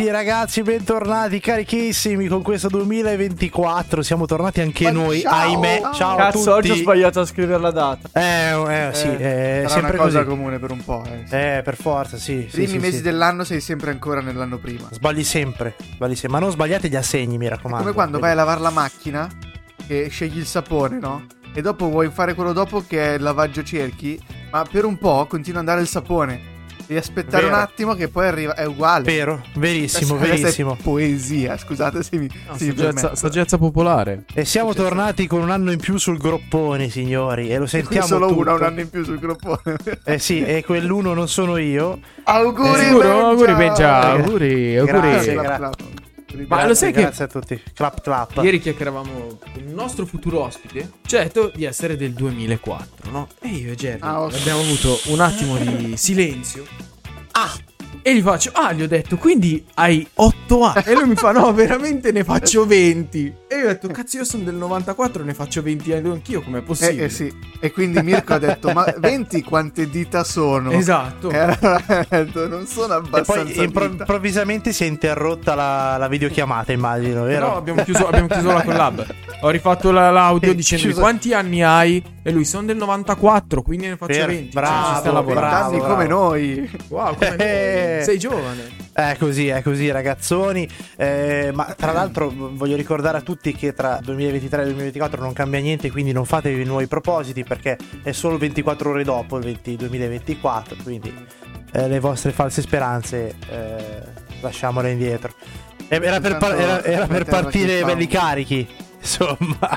tutti ragazzi, bentornati carichissimi con questo 2024. Siamo tornati anche noi, ciao, ahimè. Ciao a tutti. Cazzo, oggi ho sbagliato a scrivere la data. Sì, è sarà sempre una cosa così. comune per un po'. Per forza, sì. I primi mesi dell'anno sei sempre ancora nell'anno prima. Sbagli sempre, ma non sbagliate gli assegni, mi raccomando. Come quando vai a lavare la macchina e scegli il sapone, no? E dopo vuoi fare quello dopo che è il lavaggio cerchi, ma per un po' continua ad andare il sapone. Devi aspettare Vero. un attimo che poi arriva, è uguale. Vero, verissimo, Questa verissimo. è poesia, scusate se mi permetto. Saggezza popolare. E siamo tornati con un anno in più sul groppone, signori. E lo sentiamo Solo tutto. uno, un anno in più sul groppone. Sì, e quell'uno non sono io. Auguri, Auguri, Benja, Grazie. auguri. Grazie. Clap, clap. Ma lo sai che Grazie a tutti. Clap clap. ieri chiacchieravamo con il nostro futuro ospite, ci ha detto di essere del 2004, no? E io e Jerry abbiamo avuto un attimo di silenzio. E gli faccio, gli ho detto, quindi hai 8 anni. E lui mi fa, no, veramente ne faccio 20. E io ho detto, cazzo, io sono del 94, ne faccio 20 anni anch'io, com'è possibile? Sì. E quindi Mirko ha detto, ma 20 quante dita sono? Esatto. E allora ha detto, non sono E abbastanza poi dita. improvvisamente si è interrotta la videochiamata, immagino, vero? No, abbiamo chiuso la collab. Ho rifatto l'audio dicendo Chiuso. quanti anni hai? E lui, sono del 94, quindi ne faccio 20. Bravo, Ci sta lavorando. bravo. 20 anni come noi. Wow, come noi. Sei giovane. È così ragazzoni. Ma tra l'altro voglio ricordare a tutti che tra 2023 e 2024 non cambia niente, quindi non fatevi nuovi propositi perché è solo 24 ore dopo il 2024, quindi le vostre false speranze lasciamole indietro. Era per partire belli carichi, insomma.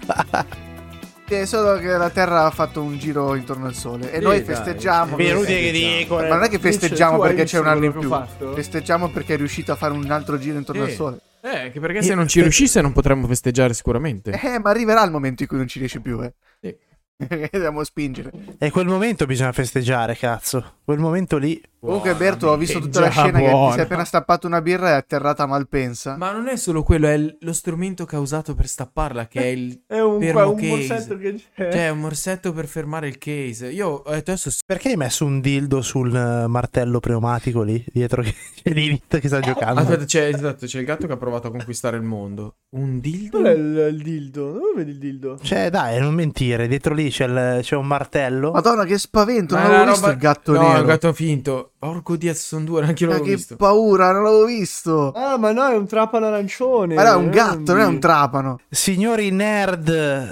È solo che la Terra ha fatto un giro intorno al Sole e noi festeggiamo. È inutile che dico, Ma non è che festeggiamo perché c'è un anno in più. Fatto? Festeggiamo perché è riuscito a fare un altro giro intorno al Sole. Che perché se non ci riuscisse non potremmo festeggiare sicuramente. Ma arriverà il momento in cui non ci riesci più, Sì. Dobbiamo spingere. E quel momento bisogna festeggiare, cazzo. Quel momento lì. Comunque Berto, ho visto tutta la già scena che buona. ti sei appena stappato una birra e è atterrata a Malpensa. Ma non è solo quello, è lo strumento che ha usato per stapparla, che è il È un fermocase. borsetto che c'è. Cioè, un morsetto per fermare il case. Io ho detto adesso Perché hai messo un dildo sul martello pneumatico lì dietro che c'è Lilith che sta giocando? aspetta, c'è il gatto che ha provato a conquistare il mondo. Un dildo? Dov'è il dildo? Dove vedi il dildo? Cioè, dai, non mentire, dietro lì c'è un martello. Madonna, che spavento! Non Ma è avevo una visto il gatto no, nero. il gatto finto. Porco Dio, sono due, neanche io Ma l'avevo che visto. paura, non l'avevo visto. Ah, ma no, è un trapano arancione. Ma era un gatto, non è un trapano. Signori nerd,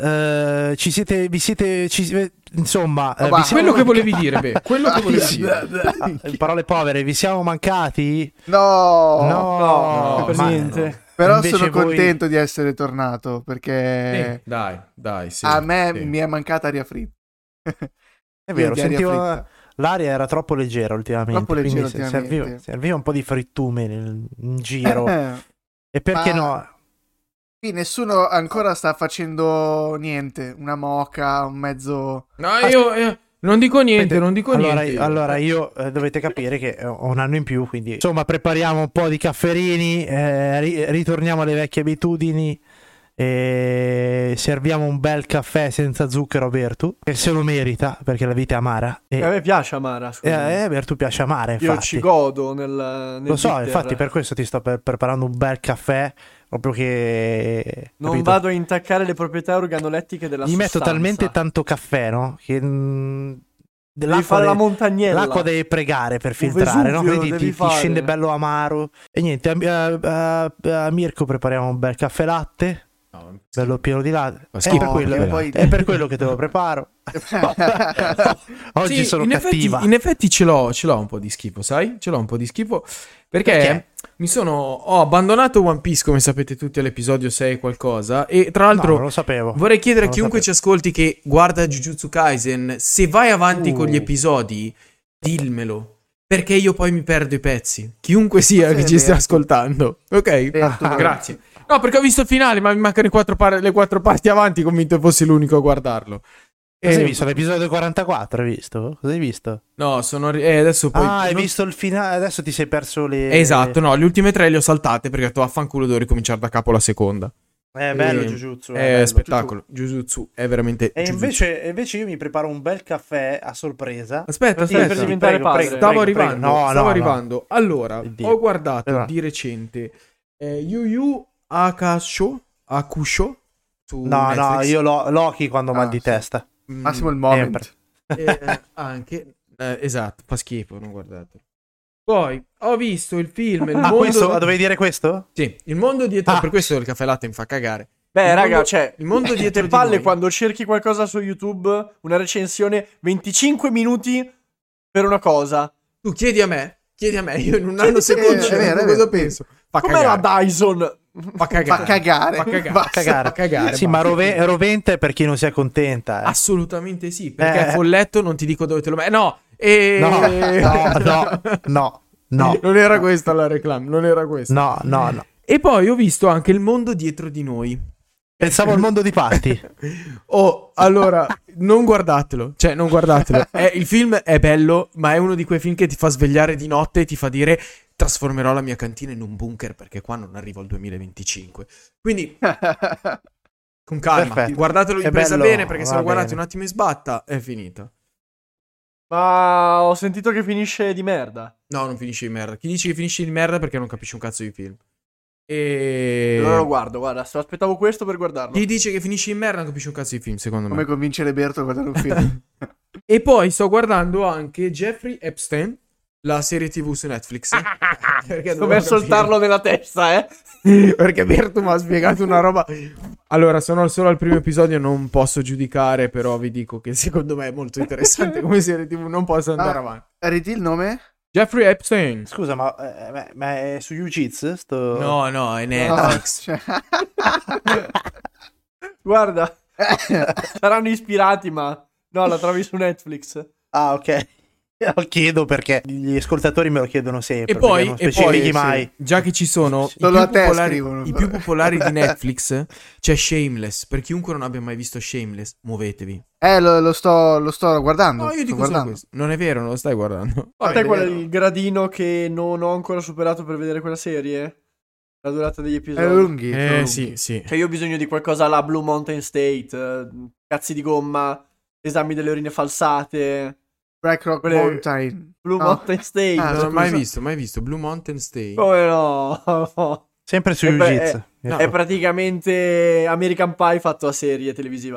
insomma, Ma vi siamo Quello che volevi dire, quello che volevi dire. in parole povere, vi siamo mancati? No. No, per ma- niente. Però Invece sono voi- contento di essere tornato perché Dai, sì. a me sì. mi è mancata aria fritta. È vero, Di aria sentivo fritta. l'aria era troppo leggera ultimamente, Troppo leggera quindi ultimamente. serviva un po' di frittume in giro. E perché Ma- no? Qui nessuno ancora sta facendo niente. Una moca, un mezzo. No, io non dico niente, Allora io dovete capire che ho un anno in più, quindi insomma prepariamo un po' di cafferini, ritorniamo alle vecchie abitudini e serviamo un bel caffè senza zucchero a Bertu, che se lo merita perché la vita è amara. A me piace Amara, scusa. A Bertu piace amare, Io infatti. ci godo nel Lo so, bitter. infatti per questo ti sto preparando un bel caffè, proprio che... Non capito? vado a intaccare le proprietà organolettiche della Gli metto sostanza. talmente tanto caffè, no? Che Devi fare la montagnella. l'acqua deve pregare per filtrare, no? Vesuvio Quindi devi ti fare. scende bello amaro. E niente, a Mirko prepariamo un bel caffè latte, bello pieno di latte. Fa È schifo, per, quello, che poi- è per quello che te lo preparo. Oggi Sì, sono in cattiva. Effetti, in effetti ce l'ho un po' di schifo, sai? Ce l'ho un po' di schifo perché ho abbandonato One Piece, come sapete tutti, all'episodio 6 qualcosa. E tra No, l'altro non lo sapevo. vorrei chiedere a Non lo chiunque ci ascolti che guarda Jujutsu Kaisen, se vai avanti con gli episodi, dimmelo. Perché io poi mi perdo i pezzi. Chiunque sia Sì, che è ci stia vero. ascoltando. Ok? Berto, Grazie. No, perché ho visto il finale, ma mi mancano le 4 parti avanti, convinto fossi l'unico a guardarlo. Cosa hai visto? L'episodio 44 hai visto? Cosa hai visto? No, adesso poi... Hai visto il finale? Adesso ti sei perso le... Esatto, no, le ultime 3 le ho saltate perché ho detto vaffanculo, devo ricominciare da capo la seconda. È bello Jujutsu. È bello. spettacolo. Jujutsu è veramente. E invece io mi preparo un bel caffè a sorpresa. Aspetta. Per diventare padre. Stavo arrivando. Allora, Oddio. ho guardato Allora. di recente Yu Yu Hakusho su No, Netflix. io Loki quando mal di sì. testa. Massimo il moment. Anche esatto, fa schifo, non guardatelo. Poi ho visto il film Il Ah, mondo questo? Dovevi dire questo? Sì, il mondo dietro, Ah. per questo il caffè latte mi fa cagare. Beh, Il raga, mondo- cioè, il mondo dietro te di palle noi. quando cerchi qualcosa su YouTube, una recensione, 25 minuti per una cosa. Tu chiedi a me, io in un anno secondo è vero, è cosa vero. penso. Fa Com'è la cagare. Dyson? Fa cagare. Fa cagare. Fa cagare. Basta. Fa cagare. Sì, basta. ma rovente per chi non si accontenta. Assolutamente sì, perché folletto non ti dico dove te lo metti. No, No. Non era questa la reclame, non era questa. No. E poi ho visto anche il mondo dietro di noi. Pensavo al mondo di Patti. Allora, non guardatelo. Cioè, non guardatelo. Il film è bello, ma è uno di quei film che ti fa svegliare di notte e ti fa dire: trasformerò la mia cantina in un bunker perché qua non arrivo al 2025. Quindi, con calma, Perfetto. guardatelo di È presa bello, bene, perché se va lo guardate bene. un attimo in sbatta, è finita. Ma ho sentito che finisce di merda. No, non finisce di merda. Chi dice che finisce di merda perché non capisce un cazzo di film. E Allora lo guarda, aspettavo questo per guardarlo. chi dice che finisce in merda non capisce un cazzo di film, secondo me. Come convincere Berto a guardare un film. E poi sto guardando anche Jeffrey Epstein, la serie TV su Netflix. Perché Come soltarlo nella testa, Perché Berto mi ha spiegato una roba. Allora, sono solo al primo episodio, non posso giudicare, però vi dico che secondo me è molto interessante come serie TV, non posso andare avanti. Ridi il nome? Jeffrey Epstein. Scusa, ma è su Jiu-Jitsu? No, è Netflix. Cioè- Guarda, saranno ispirati, ma no, la trovi su Netflix. Ah, ok. Lo chiedo perché gli ascoltatori me lo chiedono sempre. E poi, perché non specifichi mai. già che ci sono Solo a te scrivono. i più popolari di Netflix, c'è Shameless. Per chiunque non abbia mai visto Shameless, muovetevi. Lo sto guardando. No, io sto dico solo guardando. questo. Non è vero, non lo stai guardando. A te qual è il gradino che non ho ancora superato per vedere quella serie? La durata degli episodi. Lunghi. sono lunghi. Sì. Cioè io ho bisogno di qualcosa alla Blue Mountain State, cazzi di gomma, esami delle urine falsate. Black Rock Quelle- Mountain. Blue No. Mountain State. Ah, Non ho mai scusa. mai visto Blue Mountain State. Come no? Sempre su È pre- Jiu-Jitsu. No. È praticamente American Pie fatto a serie televisiva.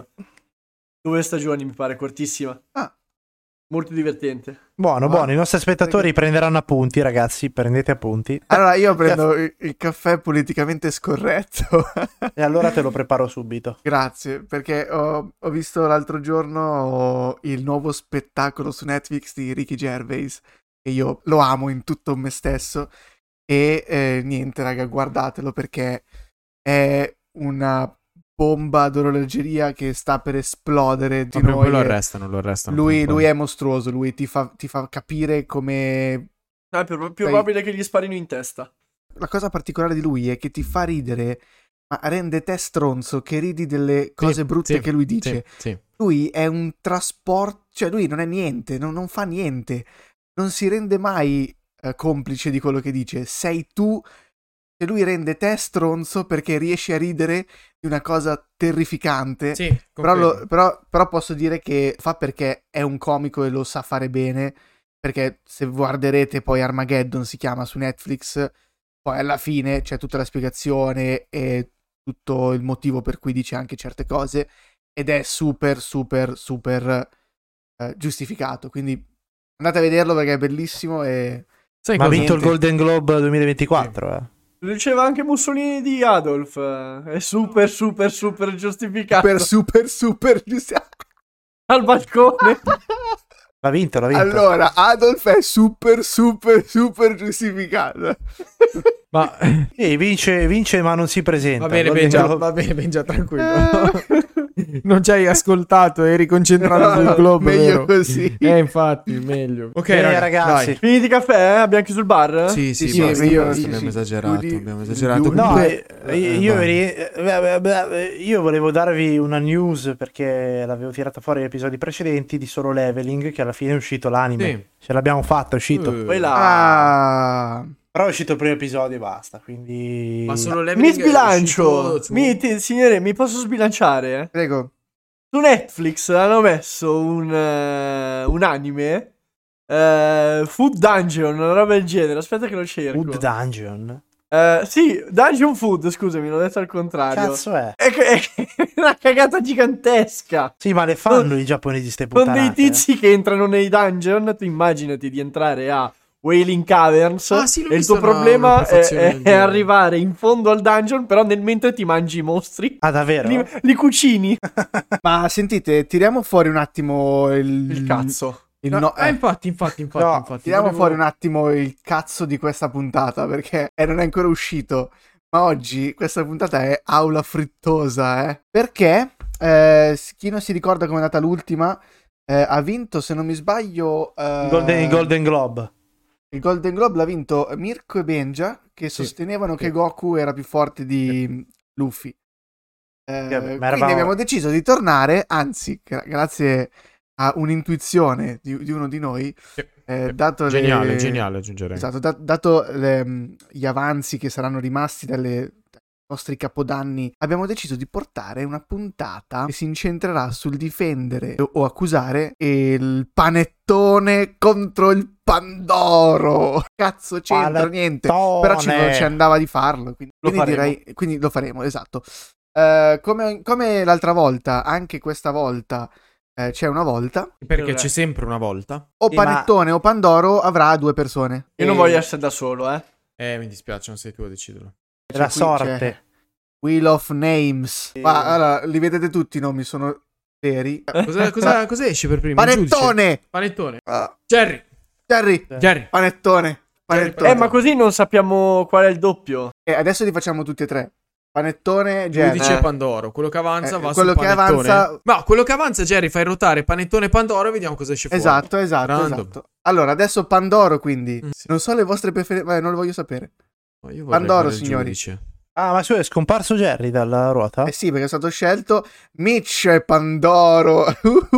2 stagioni mi pare, cortissima. Ah. Molto divertente. Buono, Ah. buono. I nostri spettatori prenderanno appunti, ragazzi. Prendete appunti. Allora io prendo il caffè politicamente scorretto. E allora te lo preparo subito. Grazie, perché ho visto l'altro giorno il nuovo spettacolo su Netflix di Ricky Gervais e io lo amo in tutto me stesso e niente raga, guardatelo perché è una bomba d'orologeria che sta per esplodere di Ma prima o poi noi. lo arrestano. Lui è mostruoso, lui ti fa capire come... No, è più probabile che gli sparino in testa. La cosa particolare di lui è che ti fa ridere, ma rende te stronzo che ridi delle cose brutte che lui dice. Sì. Lui è un trasporto, cioè lui non è niente, non fa niente, non si rende mai complice di quello che dice. Sei tu, e lui rende te stronzo perché riesci a ridere di una cosa terrificante. Sì, Però posso dire che fa perché è un comico e lo sa fare bene, perché se guarderete poi Armageddon si chiama su Netflix, poi alla fine c'è tutta la spiegazione e tutto il motivo per cui dice anche certe cose ed è super giustificato, quindi andate a vederlo perché è bellissimo e Sai Ma ha cosa? vinto il Golden Globe 2024. Lo diceva anche Mussolini di Adolf. È super giustificato. super giustificato. Al balcone. L'ha vinto. Allora, Adolf è super giustificato. Ma Vince ma non si presenta. va bene, Golden Benja, tranquillo. Non ci hai ascoltato, eri concentrato sul globo. Meglio vero? così. Infatti, meglio. Ok, Bene, ragazzi. dai. Finiti i caffè? Abbiamo chiuso il bar? Sì, Sì, basta, io- basta, sì, abbiamo sì. esagerato. Lui- Abbiamo esagerato. lui- No, Comunque, io volevo darvi una news perché l'avevo tirata fuori negli episodi precedenti di Solo Leveling, che alla fine è uscito l'anime. Sì. Ce l'abbiamo fatta, è uscito. Poi là. Ah, Però è uscito il primo episodio e basta, quindi... Ma solo Mi Leveling è sbilancio. uscito Signore, mi posso sbilanciare? Prego. Su Netflix hanno messo un anime. Food Dungeon, una roba del genere. Aspetta che lo cerco. Food Dungeon? Sì, Dungeon Food, scusami, l'ho detto al contrario. Cazzo è? È una cagata gigantesca. Sì, ma le fanno i giapponesi ste puttanate. Con dei tizi che entrano nei dungeon. Tu immaginati di entrare a Wailing Caverns sì, l'ho e il visto tuo problema una prefazione del è genere. arrivare in fondo al dungeon, però nel mentre ti mangi i mostri. Ah, davvero? Li cucini. Ma sentite, tiriamo fuori un attimo Il cazzo. Infatti. Tiriamo fuori un attimo il cazzo di questa puntata, perché non è ancora uscito. Ma oggi questa puntata è aula frittosa, Perché, chi non si ricorda come è andata l'ultima, ha vinto, se non mi sbaglio... Il Golden Globe. Il Golden Globe l'ha vinto Mirko e Benja, che sostenevano che Goku era più forte di Luffy. Quindi abbiamo deciso di tornare, anzi, grazie a un'intuizione di uno di noi, dato geniale aggiungerei. Esatto, dato gli avanzi che saranno rimasti dai nostri capodanni, abbiamo deciso di portare una puntata che si incentrerà sul difendere o accusare il panettone contro il Pandoro. Cazzo c'entra niente, però ci andava di farlo, quindi lo faremo, esatto. Come l'altra volta, anche questa volta c'è una volta. Perché c'è sempre una volta. O Panettone o Pandoro avrà 2 persone. Io non voglio essere da solo, mi dispiace, non sei tu a deciderlo. La sorte. Wheel of Names. Ma allora, li vedete tutti i nomi, sono veri. Cosa esce per primo? Panettone! Jerry! Panettone! Ma così non sappiamo qual è il doppio. Adesso li facciamo tutti e 3. Panettone, Jerry. Giudice Pandoro. Quello che avanza va quello su che Panettone. avanza... No, quello che avanza, Jerry, fai rotare Panettone e Pandoro e vediamo cosa esce fuori. Esatto. Allora, adesso Pandoro, quindi. Sì. Non so le vostre preferenze, non lo voglio sapere. Pandoro, signori. Ah, ma è scomparso Jerry dalla ruota? Sì, perché è stato scelto Mitch e Pandoro.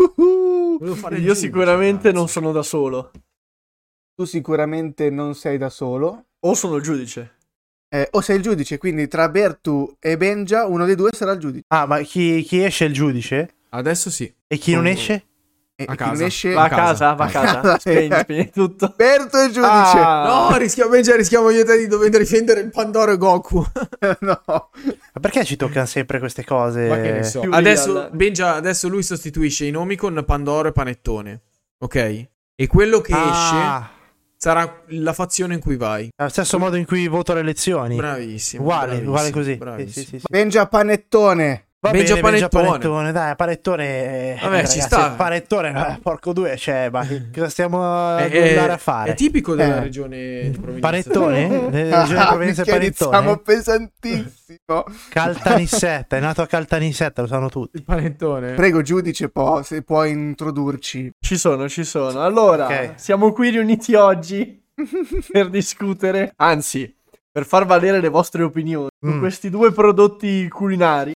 Io sicuramente non sono da solo. Tu sicuramente non sei da solo. O sono il giudice. O sei il giudice, quindi tra Bertu e Benja uno dei due sarà il giudice. Ah, ma chi esce è il giudice? Adesso sì. E chi non esce? A casa. Va a casa. Spegni tutto. Bertu è il giudice. No, rischiamo io e te di dover difendere il Pandoro e Goku. No. Ma perché ci toccano sempre queste cose? Ma che ne so. Adesso lui sostituisce i nomi con Pandoro e Panettone. Ok? E quello che esce sarà la fazione in cui vai. Allo stesso modo in cui voto le elezioni. Bravissimo. Uguale così. Sì. Benja Panettone. Benja Panettone. Dai, Panettone. Vabbè, ci sta. Panettone, porco due, ma cosa stiamo andare a fare? È tipico della regione Panettone? Regione Provenza e Panettone. Siamo pesantissimo. Caltanissetta, è nato a Caltanissetta, lo sanno tutti. Il Panettone. Prego, giudice, se puoi introdurci. Ci sono. Allora, siamo qui riuniti oggi per discutere, anzi, per far valere le vostre opinioni su questi 2 prodotti culinari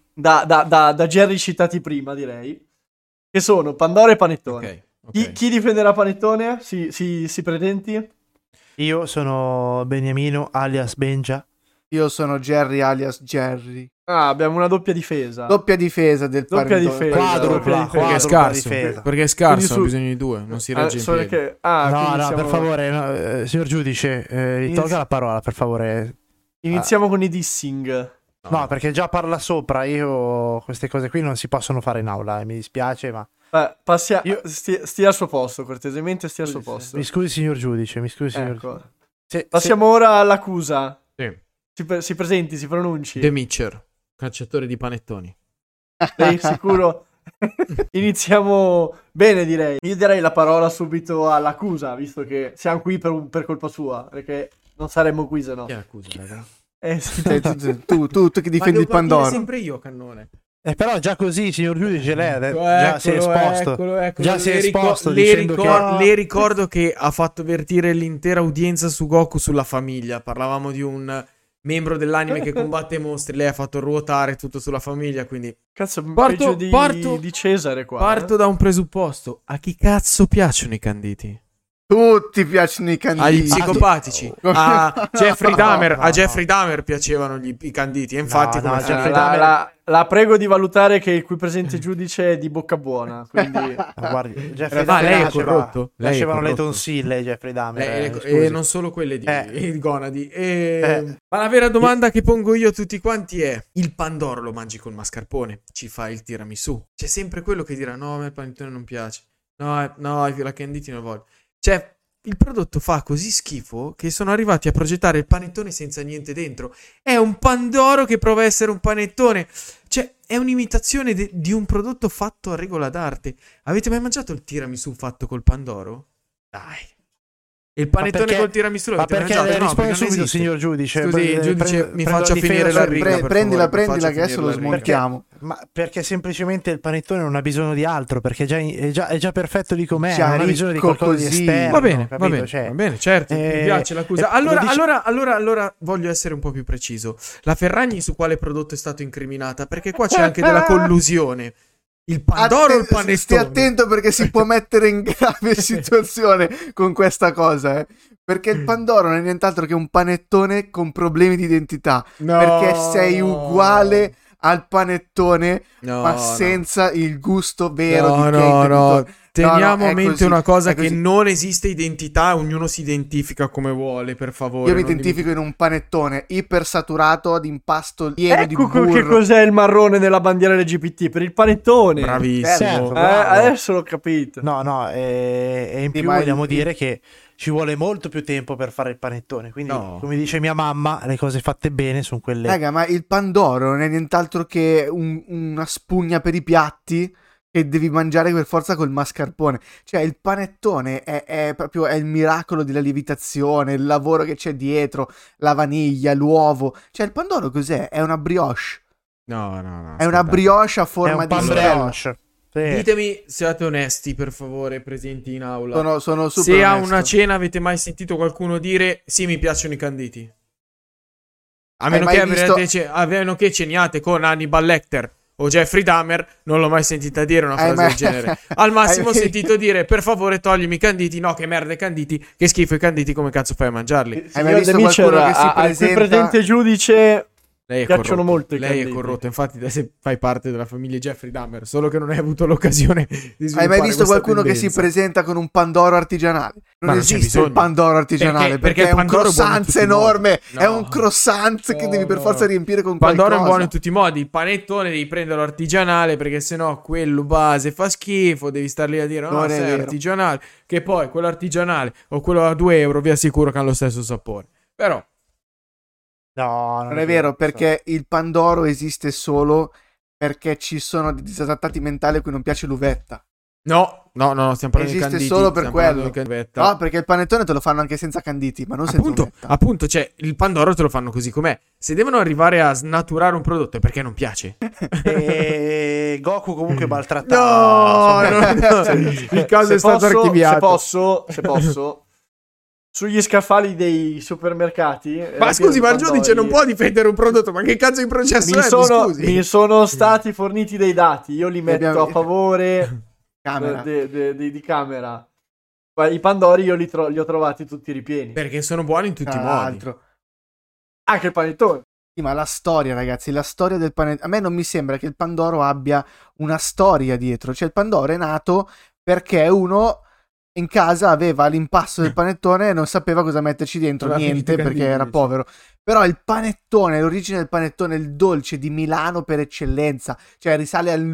da Jerry citati prima, direi, che sono Pandoro e Panettone. Okay. Chi difenderà Panettone? Si presenti? Io sono Beniamino alias Benja. Io sono Jerry alias Jerry. Abbiamo una doppia difesa. Doppia difesa del Panettone. Quadrupla. Perché è scarso. Perché è scarso, ha bisogno di 2. Non si regge in piedi. No, per favore, signor giudice, tolga la parola, per favore. Iniziamo con i dissing. No, perché già parla sopra. Io queste cose qui non si possono fare in aula, mi dispiace, ma... Stia al suo posto, cortesemente stia al suo posto. Mi scusi, signor giudice, Passiamo ora all'accusa. Sì. Si presenti, si pronunci. The Mitcher, cacciatore di panettoni. Sei sicuro? Iniziamo bene, direi. Io darei la parola subito all'accusa, visto che siamo qui per colpa sua, perché non saremmo qui se no. Chi è l'accusa, raga? Sì. tu che difendi il Pandoro. Sempre io, cannone. Però già così, signor giudice, lei già si è esposto. Eccolo. Già si è esposto. Le ricordo che ha fatto vertire l'intera udienza su Goku sulla famiglia. Parlavamo di un membro dell'anime che combatte mostri. Lei ha fatto ruotare tutto sulla famiglia, quindi... Cazzo, peggio di Cesare qua. Parto da un presupposto. A chi cazzo piacciono i canditi? Tutti piacciono i canditi. Agli psicopatici. A Jeffrey Dahmer piacevano i canditi. E infatti, la prego di valutare che il qui presente giudice è di bocca buona. Quindi... Guardi, Jeffrey Dahmer lei è corrotto. Piacevano le tonsille, Jeffrey Dahmer. E non solo quelle di gonadi. Ma la vera domanda che pongo io a tutti quanti è: il pandoro lo mangi col mascarpone? Ci fai il tiramisù? C'è sempre quello che dirà: no, a me il panettone non piace. No, la canditi non voglio. Cioè, il prodotto fa così schifo che sono arrivati a progettare il panettone senza niente dentro. È un pandoro che prova a essere un panettone. Cioè, è un'imitazione di un prodotto fatto a regola d'arte. Avete mai mangiato il tiramisù fatto col pandoro? Dai. Il panettone col tiramisù l'avete mangiato? Perché risponde subito, signor giudice. Scusi, giudice, mi faccia finire la riga. Prendila, che adesso lo smontiamo. Ma perché semplicemente il panettone non ha bisogno di altro, perché è già perfetto di com'è, non ha bisogno di qualcosa di esterno. Va bene, certo, mi piace l'accusa. Allora voglio essere un po' più preciso. La Ferragni su quale prodotto è stato incriminata? Perché qua c'è anche della collusione. Il pandoro o il panettone? Stai attento, perché si può mettere in grave situazione con questa cosa, perché il pandoro non è nient'altro che un panettone con problemi di identità. Perché sei uguale al panettone, ma senza il gusto vero di cake. Teniamo a mente una cosa, che non esiste identità, ognuno si identifica come vuole, per favore. Io mi identifico in un panettone ipersaturato ad impasto pieno di burro. Ecco che cos'è il marrone nella bandiera LGBT, per il panettone. Bravissimo. Adesso l'ho capito. No, e in più vogliamo dire che ci vuole molto più tempo per fare il panettone, quindi come dice mia mamma, le cose fatte bene sono quelle. Raga, ma il pandoro non è nient'altro che una spugna per i piatti che devi mangiare per forza col mascarpone. Cioè, il panettone è proprio il miracolo della lievitazione, il lavoro che c'è dietro, la vaniglia, l'uovo. Cioè, il pandoro cos'è? È una brioche. No. È una brioche a forma di stella. Sì. Ditemi, siate onesti, per favore, presenti in aula. Sono super Se a onesto. una cena avete mai sentito qualcuno dire sì, mi piacciono i canditi? A meno che ceniate con Hannibal Lecter o Jeffrey Dahmer, non l'ho mai sentita dire una frase del genere. Al massimo ho sentito dire: per favore toglimi i canditi. No, che merda i canditi, che schifo i canditi, come cazzo fai a mangiarli? Hai mai visto qualcuno che si presenta? Il presente giudice Lei è piacciono corrotto. molto i Lei canditi. è corrotto, infatti se fai parte della famiglia Jeffrey Dahmer, solo che non hai avuto l'occasione di sviluppare. Hai mai visto qualcuno tendenza. che si presenta con un pandoro artigianale? Non esiste il pandoro artigianale, perché è un croissant enorme, è un croissant che devi per forza riempire con qualcosa. Pandoro è buono in tutti i modi, il panettone devi prenderlo artigianale, perché sennò quello base fa schifo, devi star lì a dire no, sei artigianale, che poi quello artigianale o quello a 2 euro vi assicuro che hanno lo stesso sapore. Però no, non è vero, perché il pandoro esiste solo perché ci sono dei disadattati mentali a cui non piace l'uvetta. No, stiamo parlando di canditi. Esiste solo per quello. No, perché il panettone te lo fanno anche senza canditi, ma non senza uvetta. Appunto, cioè, il pandoro te lo fanno così com'è. Se devono arrivare a snaturare un prodotto è perché non piace. E Goku comunque maltrattato. No. Il caso è stato archiviato. Se posso sugli scaffali dei supermercati. Ma scusi, ma il giudice non può difendere un prodotto, ma che cazzo di processo è? Scusi. Mi sono stati forniti dei dati, io li metto a favore di camera. I pandori io li ho trovati tutti ripieni. Perché sono buoni in tutti i modi. Anche il panettone. Sì, ma la storia, ragazzi, la storia del panettone. A me non mi sembra che il pandoro abbia una storia dietro. Cioè, il pandoro è nato perché uno in casa aveva l'impasto del panettone e non sapeva cosa metterci dentro, niente, perché era povero. Però il panettone, l'origine del panettone, il dolce di Milano per eccellenza, cioè risale al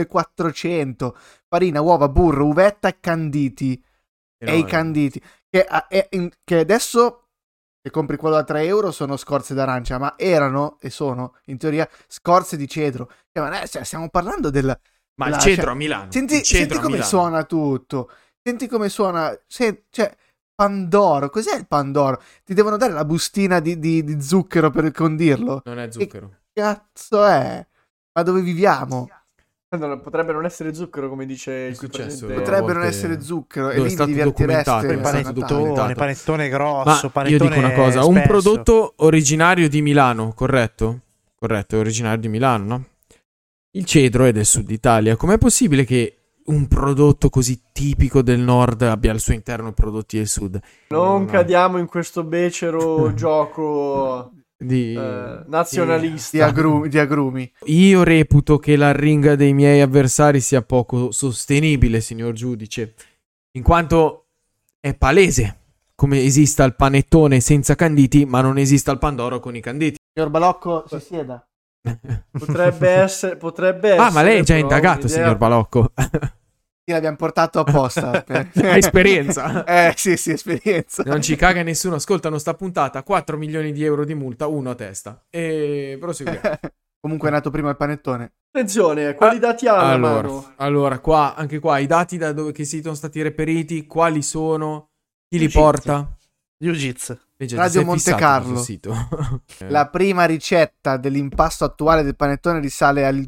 1400. Farina, uova, burro, uvetta e canditi. E i canditi che adesso, se compri quello da 3 euro, sono scorze d'arancia, ma erano e sono in teoria scorze di cedro. Cioè, stiamo parlando del il cedro a Milano. Senti come suona tutto. Senti come suona, cioè, pandoro, cos'è il pandoro? Ti devono dare la bustina di zucchero per condirlo? Non è zucchero. Che cazzo è? Ma dove viviamo? Potrebbe non essere zucchero, come dice il successo. Potrebbe non essere zucchero, e lì stato divertireste. Il panettone grosso, ma io dico una cosa, un prodotto originario di Milano, corretto? Corretto, è originario di Milano, no? Il cedro è del sud Italia. Com'è possibile che un prodotto così tipico del nord abbia al suo interno prodotti del sud. Non cadiamo in questo becero gioco nazionalista di agrumi. Io reputo che l'arringa dei miei avversari sia poco sostenibile, signor giudice, in quanto è palese come esista il panettone senza canditi, ma non esista il pandoro con i canditi. Signor Balocco, si sieda. Potrebbe essere. Ah, ma lei è già indagato, signor Balocco. Sì, l'abbiamo portato apposta. Esperienza. Sì, esperienza. Non ci caga nessuno. Ascoltano sta puntata. 4 milioni di euro di multa, uno a testa. E proseguiamo. Comunque è nato prima il panettone. Attenzione, quali dati ha la mano? Allora, anche qua, i dati da dove che sono stati reperiti, quali sono? Chi li porta? Jiu-Jitsu. Radio Monte Carlo. La prima ricetta dell'impasto attuale del panettone risale al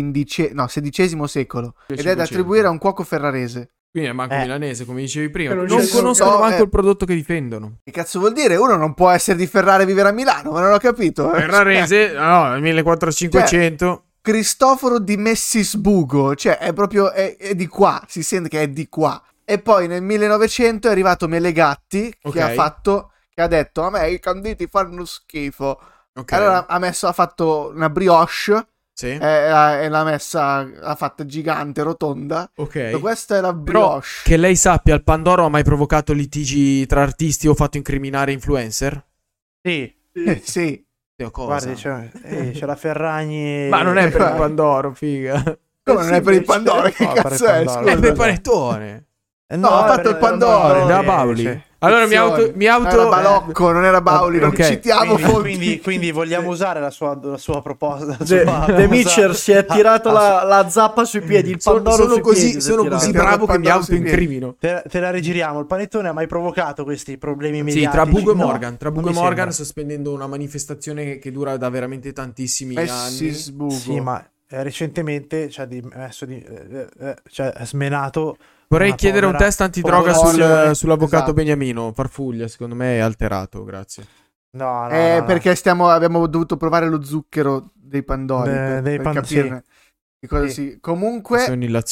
XVI secolo ed è da attribuire a un cuoco ferrarese. Quindi è manco milanese, come dicevi prima. Non conoscono manco il prodotto che difendono. Che cazzo vuol dire? Uno non può essere di Ferrara e vivere a Milano, ma non ho capito. Ferrarese, no, nel 1400. Cristoforo di Messisbugo, cioè è proprio è di qua, si sente che è di qua. E poi nel 1900 è arrivato Melegatti che ha detto a me i canditi fanno schifo. Allora ha fatto una brioche. Sì. E l'ha fatta gigante, rotonda. Ok. Questa è la brioche. Però, che lei sappia, il Pandoro ha mai provocato litigi tra artisti o fatto incriminare influencer? Sì. Sì. Guardi, c'è la Ferragni. Ma non è per il Pandoro, figa. Come non è per il Pandoro? Che cazzo è? Scusa. È per il panettone. No, ha fatto il Pandoro. Da Bauli. Allora mi auto. Era Balocco, non era Bauli. Non citiamo quindi vogliamo usare la sua proposta. The Mitcher si è tirato la zappa sui piedi. Il Pandoro sono così bravo che mi autoincrimino. Te la rigiriamo. Il panettone ha mai provocato questi problemi mediatici? Sì, tra Bugo e Morgan. Tra Bugo e Morgan, sospendendo una manifestazione che dura da veramente tantissimi anni. Sì, ma recentemente ci ha smenato. Vorrei chiedere un test antidroga sull'avvocato Beniamino. Farfuglia, secondo me è alterato, grazie. No, perché abbiamo dovuto provare lo zucchero dei Pandori per capirne che cosa si... Comunque,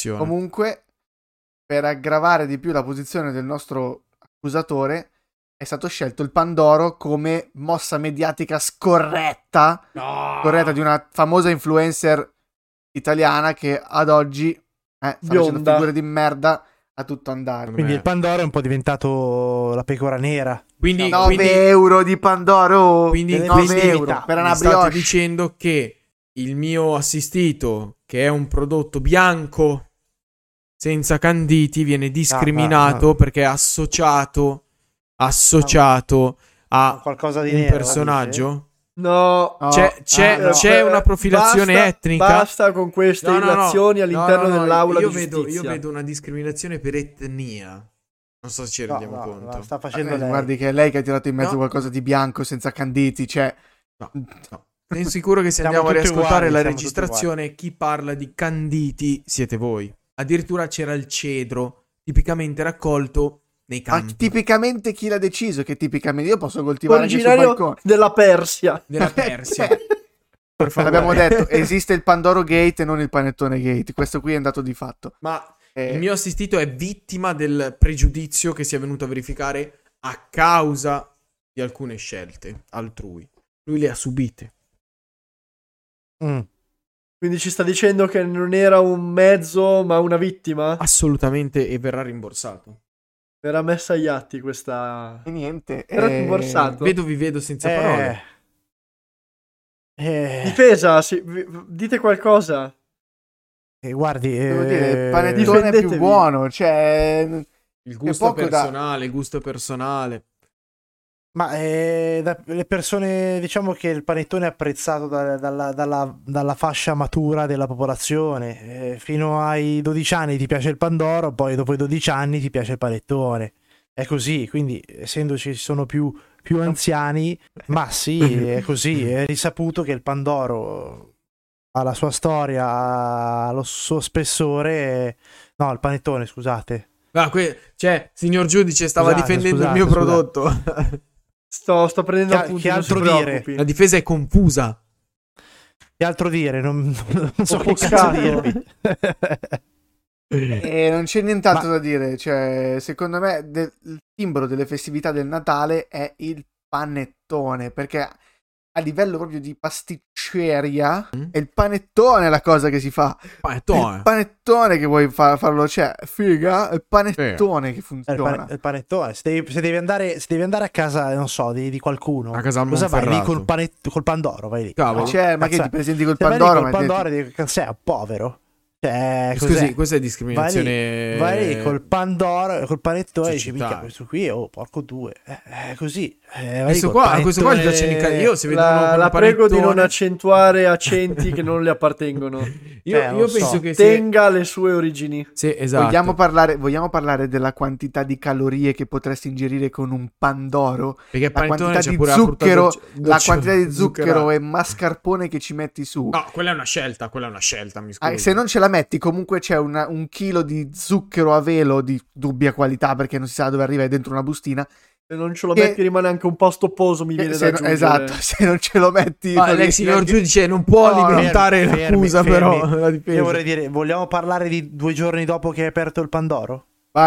per aggravare di più la posizione del nostro accusatore, è stato scelto il Pandoro come mossa mediatica scorretta di una famosa influencer italiana che ad oggi sta facendo figure di merda a tutto andare. Quindi il Pandoro è un po' diventato la pecora nera. Quindi 9 euro di Pandoro. Quindi 9 euro per una brioche. State dicendo che il mio assistito, che è un prodotto bianco senza canditi, viene discriminato perché è associato a qualcosa di un personaggio? No, c'è una profilazione etnica. Basta con queste illazioni all'interno dell'aula di giustizia. Io vedo una discriminazione per etnia. Non so se ci rendiamo conto. Sta facendo lei. Guardi che è lei che ha tirato in mezzo qualcosa di bianco senza canditi. No. Sono sicuro che se andiamo a riascoltare la registrazione, chi parla di canditi siete voi. Addirittura c'era il cedro tipicamente raccolto nei campi. Ma tipicamente chi l'ha deciso? Che tipicamente io posso coltivare anche sul balcone della Persia. Abbiamo detto esiste il Pandoro Gate e non il Panettone Gate. Questo qui è andato di fatto. Ma il mio assistito è vittima del pregiudizio che si è venuto a verificare a causa di alcune scelte altrui. Lui le ha subite. Quindi ci sta dicendo che non era un mezzo ma una vittima? Assolutamente, e verrà rimborsato. Era messa agli atti questa... E niente. Era rimborsato. Vi vedo senza parole. Difesa, dite qualcosa. Guardi, devo dire, il panettone è più buono. Cioè, il gusto personale, il gusto personale. Ma le persone, diciamo che il panettone è apprezzato dalla fascia matura della popolazione. Fino ai 12 anni ti piace il Pandoro, poi dopo i 12 anni ti piace il panettone. È così, quindi essendoci sono più anziani, ma sì, è così. È risaputo che il Pandoro ha la sua storia, ha lo suo spessore. No, il panettone, scusate. Signor giudice, stava difendendo il mio prodotto. Sto prendendo appunti. Che altro dire? La difesa è confusa. Che altro dire? Non so che cazzo dirvi. E non c'è nient'altro da dire. Cioè, secondo me il simbolo delle festività del Natale è il panettone, perché a livello proprio di pasticceria è il panettone la cosa che si fa. Panettone. È il panettone che vuoi farlo, cioè, figa, è il panettone che funziona. Il panettone. Se devi andare a casa, non so, di qualcuno, a casa al cosa vai lì Monferrato. col Pandoro? Vai lì. Cavolo. Ma che ti presenti col Pandoro? Col Pandoro sei un povero. Cioè, scusi, questa è discriminazione. Vai lì col Pandoro, col panettone, e dici, società. questo qui, porco due. Così. Questo qua gli piace io se vedo la prego di non accentuare accenti che non le appartengono. Io penso che tenga le sue origini. Sì, esatto. Vogliamo parlare della quantità di calorie che potresti ingerire con un Pandoro? Perché la quantità di zucchero e mascarpone che ci metti su. No, quella è una scelta, mi scusi. Se non ce la metti, comunque c'è un chilo di zucchero a velo di dubbia qualità, perché non si sa dove arriva, è dentro una bustina. Se non ce lo metti rimane anche un po' stopposo, mi viene da aggiungere. Esatto, se non ce lo metti... lei, signor giudice, non può alimentare l'accusa, però. Io vorrei dire, vogliamo parlare di 2 giorni dopo che hai aperto il Pandoro?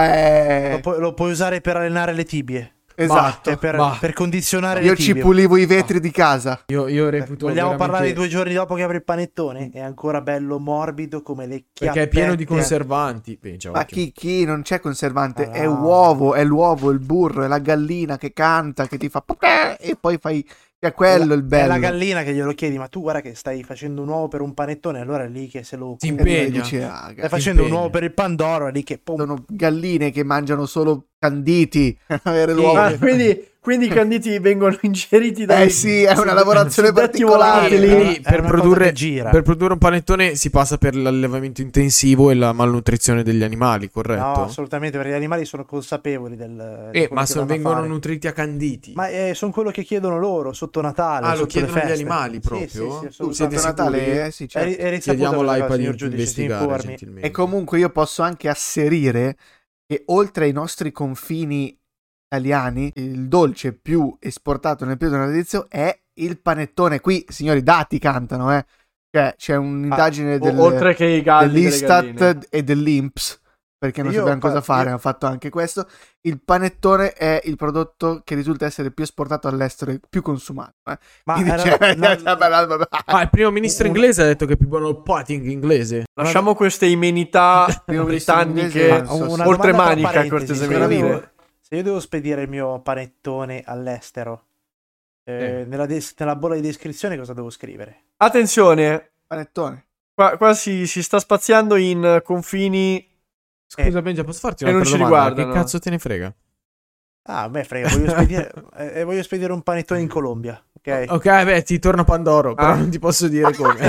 Lo puoi usare per allenare le tibie. Esatto, per condizionare le tibie. Io ci pulivo i vetri di casa. Io reputo vogliamo parlare di 2 giorni dopo che apri il panettone? È ancora bello morbido come le chiappette. Perché è pieno di conservanti. Ma chi non c'è conservante? È l'uovo, il burro, è la gallina che canta, che ti fa e poi fai... È quello il bello. È la gallina che glielo chiedi, ma tu guarda che stai facendo un uovo per un panettone, allora è lì che se lo si impegna. Stai facendo un uovo per il Pandoro, è lì che sono galline che mangiano solo canditi. Avere l'uovo. Quindi i canditi vengono ingeriti dai... sì, è una lavorazione particolare. Per produrre un panettone si passa per l'allevamento intensivo e la malnutrizione degli animali, corretto? No, assolutamente, perché gli animali sono consapevoli ma vengono nutriti a canditi. Ma sono quello che chiedono loro sotto Natale. Lo chiedono gli animali proprio? Sì, sotto Natale, sì, certo. Chiediamo all'iPad di investigare gentilmente. E comunque io posso anche asserire che oltre ai nostri confini italiani, il dolce più esportato nel periodo natalizio è il panettone. Qui, signori, dati cantano, Cioè, c'è un'indagine oltre che i galli dell'Istat e dell'Inps, perché non sapevano cosa fare, hanno fatto anche questo. Il panettone è il prodotto che risulta essere più esportato all'estero e più consumato. Ma il primo ministro inglese ha detto che è più buono il pudding inglese. Lasciamo queste imenità britanniche oltre manica, cortesemente. Se io devo spedire il mio panettone all'estero, nella bolla di descrizione cosa devo scrivere? Attenzione, panettone. Qua si sta spaziando in confini. Scusa Benja, posso farti una domanda? Che non ci riguardano. Che cazzo te ne frega? A me frega, voglio spedire un panettone in Colombia. Ok, ti torna Pandoro, però non ti posso dire come.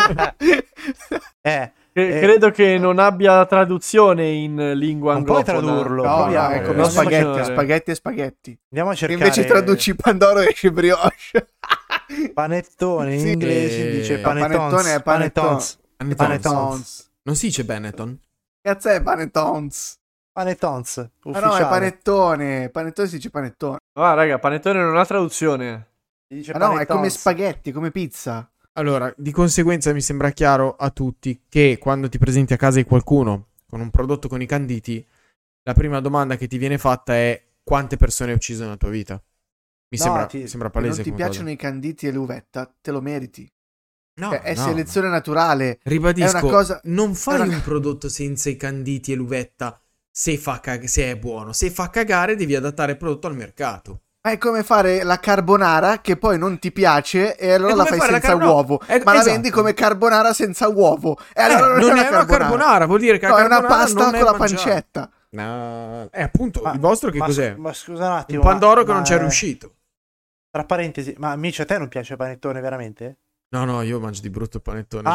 Credo che non abbia traduzione in lingua anglofona. Non puoi tradurlo. No, è come spaghetti e spaghetti. Andiamo a cercare. Invece traduci Pandoro e esce brioche. Panettone in inglese dice panettone. Panettons. Non si dice Benetton? Cazzo è panettons? Panettons. Ma no, è panettone. Panettone si dice panettone. Raga, panettone non ha traduzione. No, è come spaghetti, come pizza. Allora, di conseguenza mi sembra chiaro a tutti che quando ti presenti a casa di qualcuno con un prodotto con i canditi, la prima domanda che ti viene fatta è: quante persone hai ucciso nella tua vita? Mi sembra palese. Se non ti piacciono i canditi e l'uvetta, te lo meriti. No, è selezione naturale. Ribadisco, è una cosa, non fai un prodotto senza i canditi e l'uvetta se è buono. Se fa cagare devi adattare il prodotto al mercato. Ma è come fare la carbonara che poi non ti piace e allora la fai senza uovo. Ma la vendi come carbonara senza uovo. E allora non è una carbonara, vuol dire che è una pasta con la pancetta. No, è appunto il vostro che cos'è? Ma scusa un attimo. Un Pandoro che non c'è riuscito. Tra parentesi, ma amici, a te non piace il panettone veramente? No, io mangio di brutto il panettone.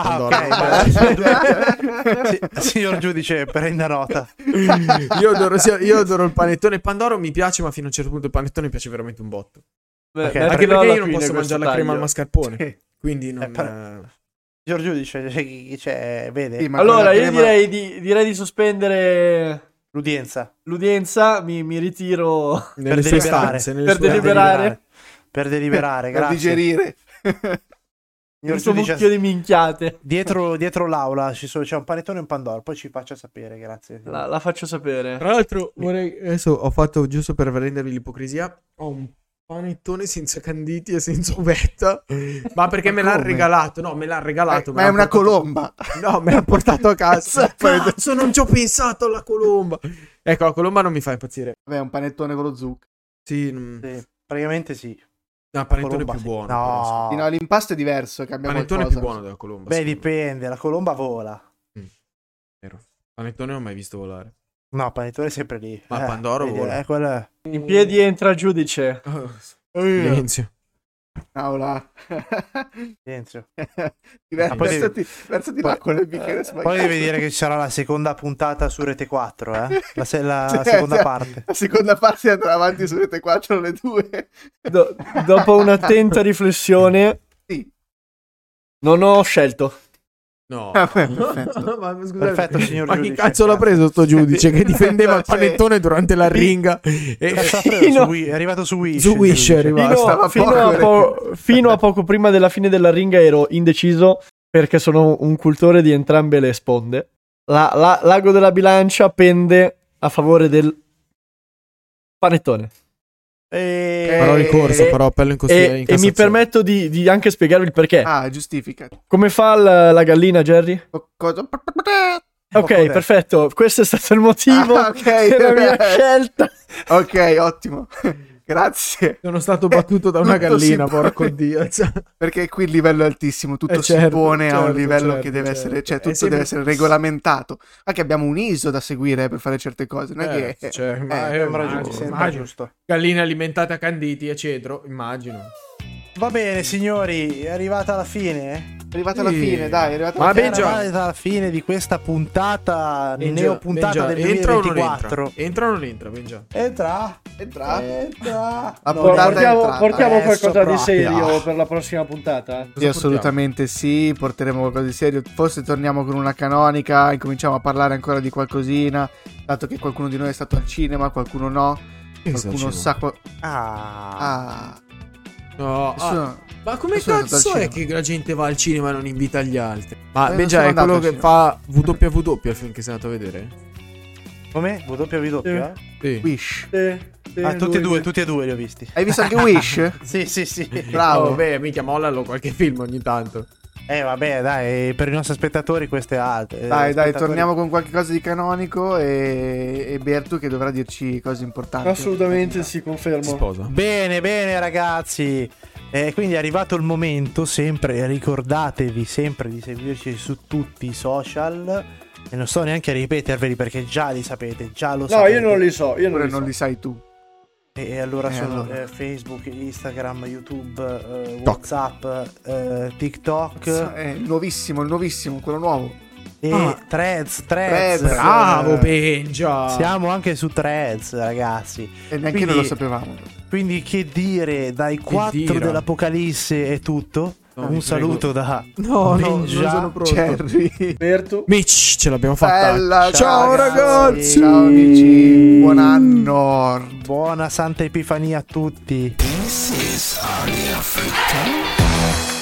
Signor giudice, prenda nota. Io adoro il panettone. Il Pandoro mi piace, ma fino a un certo punto il panettone mi piace veramente un botto. Anche perché io non posso mangiare la crema al mascarpone. Quindi non... Signor giudice, vede? Sì, allora io direi di sospendere l'udienza. Mi ritiro per deliberare. Per deliberare, grazie. Per digerire. Questo mucchio di minchiate. Dietro l'aula c'è un panettone e un pandoro. Poi ci faccia sapere, grazie. La faccio sapere. Tra l'altro, adesso ho fatto, giusto per rendervi l'ipocrisia, ho un panettone senza canditi e senza uvetta. Ma perché me l'ha regalato? No, me l'ha regalato. Ma è una colomba. No, me l'ha portato a casa. Cazzo, non ci ho pensato alla colomba. Ecco, la colomba non mi fa impazzire. Vabbè, è un panettone con lo zucchero. Sì, praticamente sì. No, il panettone è più buono. No. Sì, no, l'impasto è diverso. Il panettone è più buono della colomba. Beh, dipende. La colomba vola. Vero. Panettone non ho mai visto volare. No, panettone è sempre lì. Ma il pandoro vola. In piedi entra il giudice. Silenzio. Aula. Silenzio. Versati l'acqua nel bicchiere sbagliato. Poi devi dire che ci sarà la seconda puntata su Rete 4, eh? La seconda parte. La seconda parte andrà avanti su Rete 4 alle 2. Dopo un'attenta riflessione, sì. Non ho scelto. No. Perfetto. Ma scusate, perfetto, signor ma giudice. chi cazzo l'ha preso sto giudice che difendeva il panettone durante la ringa? È arrivato su Wish. Su Wish è arrivato. Fino a poco prima della fine della ringa ero indeciso perché sono un cultore di entrambe le sponde. L'ago della bilancia pende a favore del panettone. Farò ricorso, farò appello in Cassazione. E mi permetto di anche spiegarvi il perché. Giustifica. Come fa la gallina, Jerry? Ok, perfetto. Questo è stato il motivo della mia scelta. Ok, ottimo. Grazie. Sono stato battuto da una gallina, porco Dio. Perché qui il livello è altissimo, tutto si pone a un livello che deve essere, cioè tutto deve essere regolamentato. Anche abbiamo un ISO da seguire per fare certe cose, non è che sembra giusto. Galline alimentate a canditi e cedro, immagino. Va bene, signori, è arrivata alla fine? È arrivata alla fine, dai, è arrivata alla fine di questa puntata, neopuntata del 2024. Entra o non entra, Benja? Entra. Portiamo qualcosa di serio per la prossima puntata? Sì, assolutamente sì, porteremo qualcosa di serio. Forse torniamo con una canonica, incominciamo a parlare ancora di qualcosina, dato che qualcuno di noi è stato al cinema, qualcuno no. Qualcuno sa No, ma come cazzo è che la gente va al cinema e non invita gli altri? Ma Benja è quello che fa WWW il film che sei andato a vedere? Come? WWW? Sì. Wish. Tutti e due li ho visti. Hai visto anche Wish? Sì. Bravo. Vabbè, mica mollalo qualche film ogni tanto. Vabbè, dai, per i nostri spettatori queste altre. Dai, torniamo con qualche cosa di canonico e Bertu che dovrà dirci cose importanti. Assolutamente sì, confermo. Sposa. Bene ragazzi. Quindi è arrivato il momento, sempre ricordatevi sempre di seguirci su tutti i social. E non sto neanche a ripeterveli perché già li sapete, già lo sapete. No, io non li so, non li sai tu. E allora sono Facebook, Instagram, YouTube, WhatsApp, TikTok. È il nuovissimo, quello nuovo. E Threads. Bravo Benja. Siamo anche su Threads, ragazzi. E neanche noi lo sapevamo. Quindi che dire, dai 4 dell'Apocalisse è tutto. Un saluto da Benja, non sono pronto. Jerry, Bertu, Mitch, ce l'abbiamo fatta. Bella, ciao ragazzi. Ciao amici, buon anno. Buona Santa Epifania a tutti. This is Aria Fritta.